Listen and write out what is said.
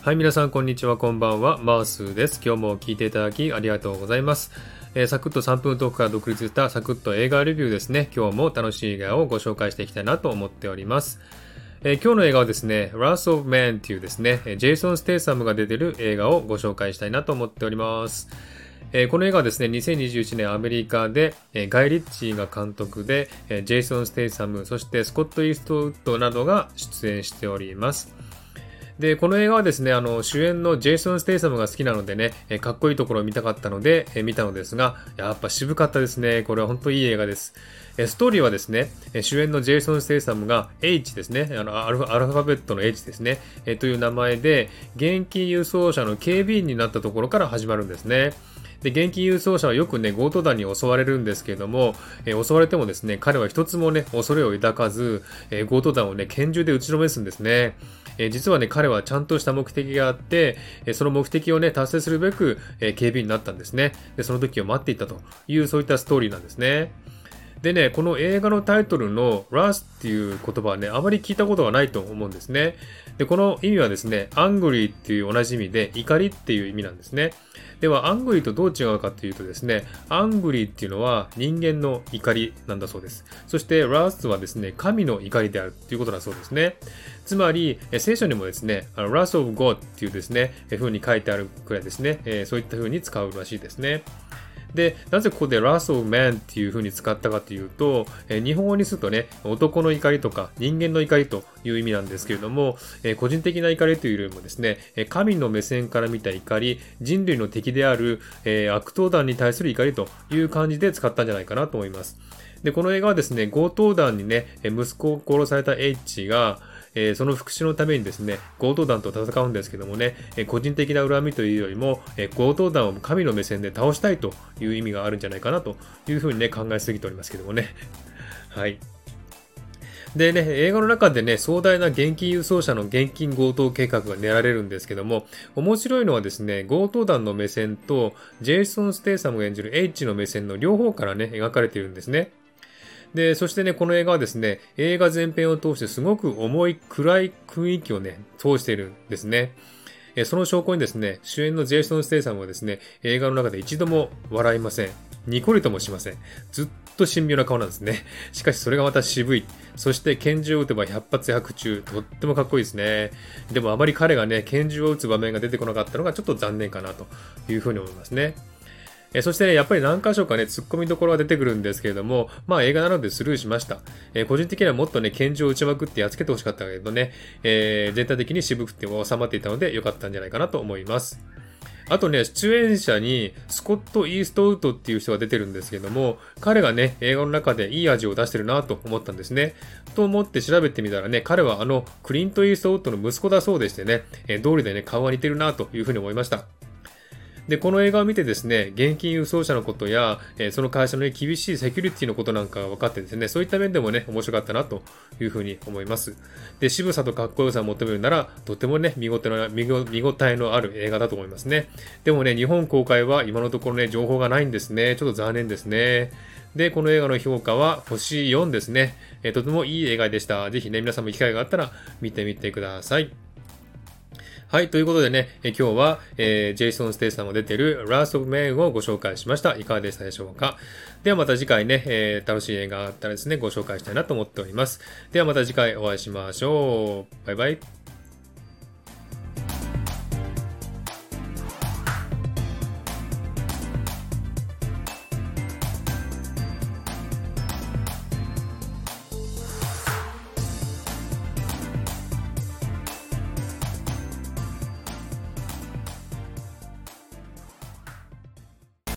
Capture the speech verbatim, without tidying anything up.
はい、皆さんこんにちは、こんばんは。マースです。今日も聞いていただきありがとうございます。えー、サクッとさんぷんトークから独立したサクッと映画レビューですね。今日も楽しい映画をご紹介していきたいなと思っております。えー、今日の映画はですね、Wrath of Man というですね、ジェイソン・ステイサムが出ている映画をご紹介したいなと思っております。えー、この映画はですね、にせんにじゅういちねんアメリカで、えー、ガイ・リッチーが監督で、えー、ジェイソン・ステイサム、そしてスコット・イーストウッドなどが出演しております。で、この映画はですね、あの、主演のジェイソン・ステイサムが好きなのでね、えかっこいいところを見たかったので、え見たのですが、やっぱ渋かったですね。これは本当にいい映画です。えストーリーはですね、主演のジェイソン・ステイサムが H ですね、あのアルファ、アルファベットの H ですね、えという名前で、現金輸送車の警備員になったところから始まるんですね。で、現金輸送車はよくね、強盗団に襲われるんですけれども、えー、襲われてもですね、彼は一つもね、恐れを抱かず、えー、強盗団をね、拳銃で撃ちのめすんですね。えー、実はね、彼はちゃんとした目的があって、えー、その目的をね、達成するべく、えー、警備員になったんですね。で、その時を待っていたという、そういったストーリーなんですね。でね、この映画のタイトルの Wrath っていう言葉はね、あまり聞いたことがないと思うんですね。で、この意味はですね、Angry っていう同じ意味で、怒りっていう意味なんですね。では、Angry とどう違うかというとですね、Angry っていうのは人間の怒りなんだそうです。そして Wrath はですね、神の怒りであるということだそうですね。つまり、聖書にもですね、Wrath of God っていうですね、風に書いてあるくらいですね、そういった風に使うらしいですね。で、なぜここで Wrath of Man っていう風に使ったかというと、えー、日本語にするとね、男の怒りとか人間の怒りという意味なんですけれども、えー、個人的な怒りというよりもですね、神の目線から見た怒り、人類の敵である、えー、悪党団に対する怒りという感じで使ったんじゃないかなと思います。で、この映画はですね、強盗団にね、息子を殺された H が、えー、その復讐のためにですね、強盗団と戦うんですけどもね、えー、個人的な恨みというよりも、えー、強盗団を神の目線で倒したいという意味があるんじゃないかなというふうにね、考えすぎておりますけどもね。はい。でね、映画の中でね、壮大な現金輸送車の現金強盗計画が練られるんですけども、面白いのはですね、強盗団の目線と、ジェイソン・ステイサムが演じる H の目線の両方からね、描かれているんですね。で、そしてね、この映画はですね、映画全編を通してすごく重い暗い雰囲気をね、通しているんですね。えその証拠にですね、主演のジェイソン・ステイサムはですね、映画の中で一度も笑いません。ニコリともしません。ずっと神妙な顔なんですね。しかしそれがまた渋い。そして拳銃を撃てば百発百中。とってもかっこいいですね。でもあまり彼がね、拳銃を撃つ場面が出てこなかったのがちょっと残念かなというふうに思いますね。えそしてね、やっぱり何箇所かね、突っ込みどころが出てくるんですけれども、まあ映画なのでスルーしました。えー、個人的にはもっとね、拳銃を撃ちまくってやっつけてほしかったけどね、えー、全体的に渋くて収まっていたので良かったんじゃないかなと思います。あとね、出演者にスコット・イーストウッドっていう人が出てるんですけども、彼がね、映画の中でいい味を出してるなと思ったんですね。と思って調べてみたらね、彼はあの、クリント・イーストウッドの息子だそうでしてね、えー、通りでね、顔が似てるなというふうに思いました。で、この映画を見てですね、現金輸送車のことや、えー、その会社の、ね、厳しいセキュリティのことなんかが分かってですね、そういった面でもね、面白かったなというふうに思います。で、渋さとかっこよさを求めるなら、とてもね、見応えの、見応えのある映画だと思いますね。でもね、日本公開は今のところね、情報がないんですね。ちょっと残念ですね。で、この映画の評価は星よんですね。えー、とてもいい映画でした。ぜひね、皆さんも機会があったら見てみてください。はい。ということでね、え今日は、えー、ジェイソン・ステイさんが出ている Wrath of Man をご紹介しました。いかがでしたでしょうか。ではまた次回ね、えー、楽しい映画があったらですね、ご紹介したいなと思っております。ではまた次回お会いしましょう。バイバイ。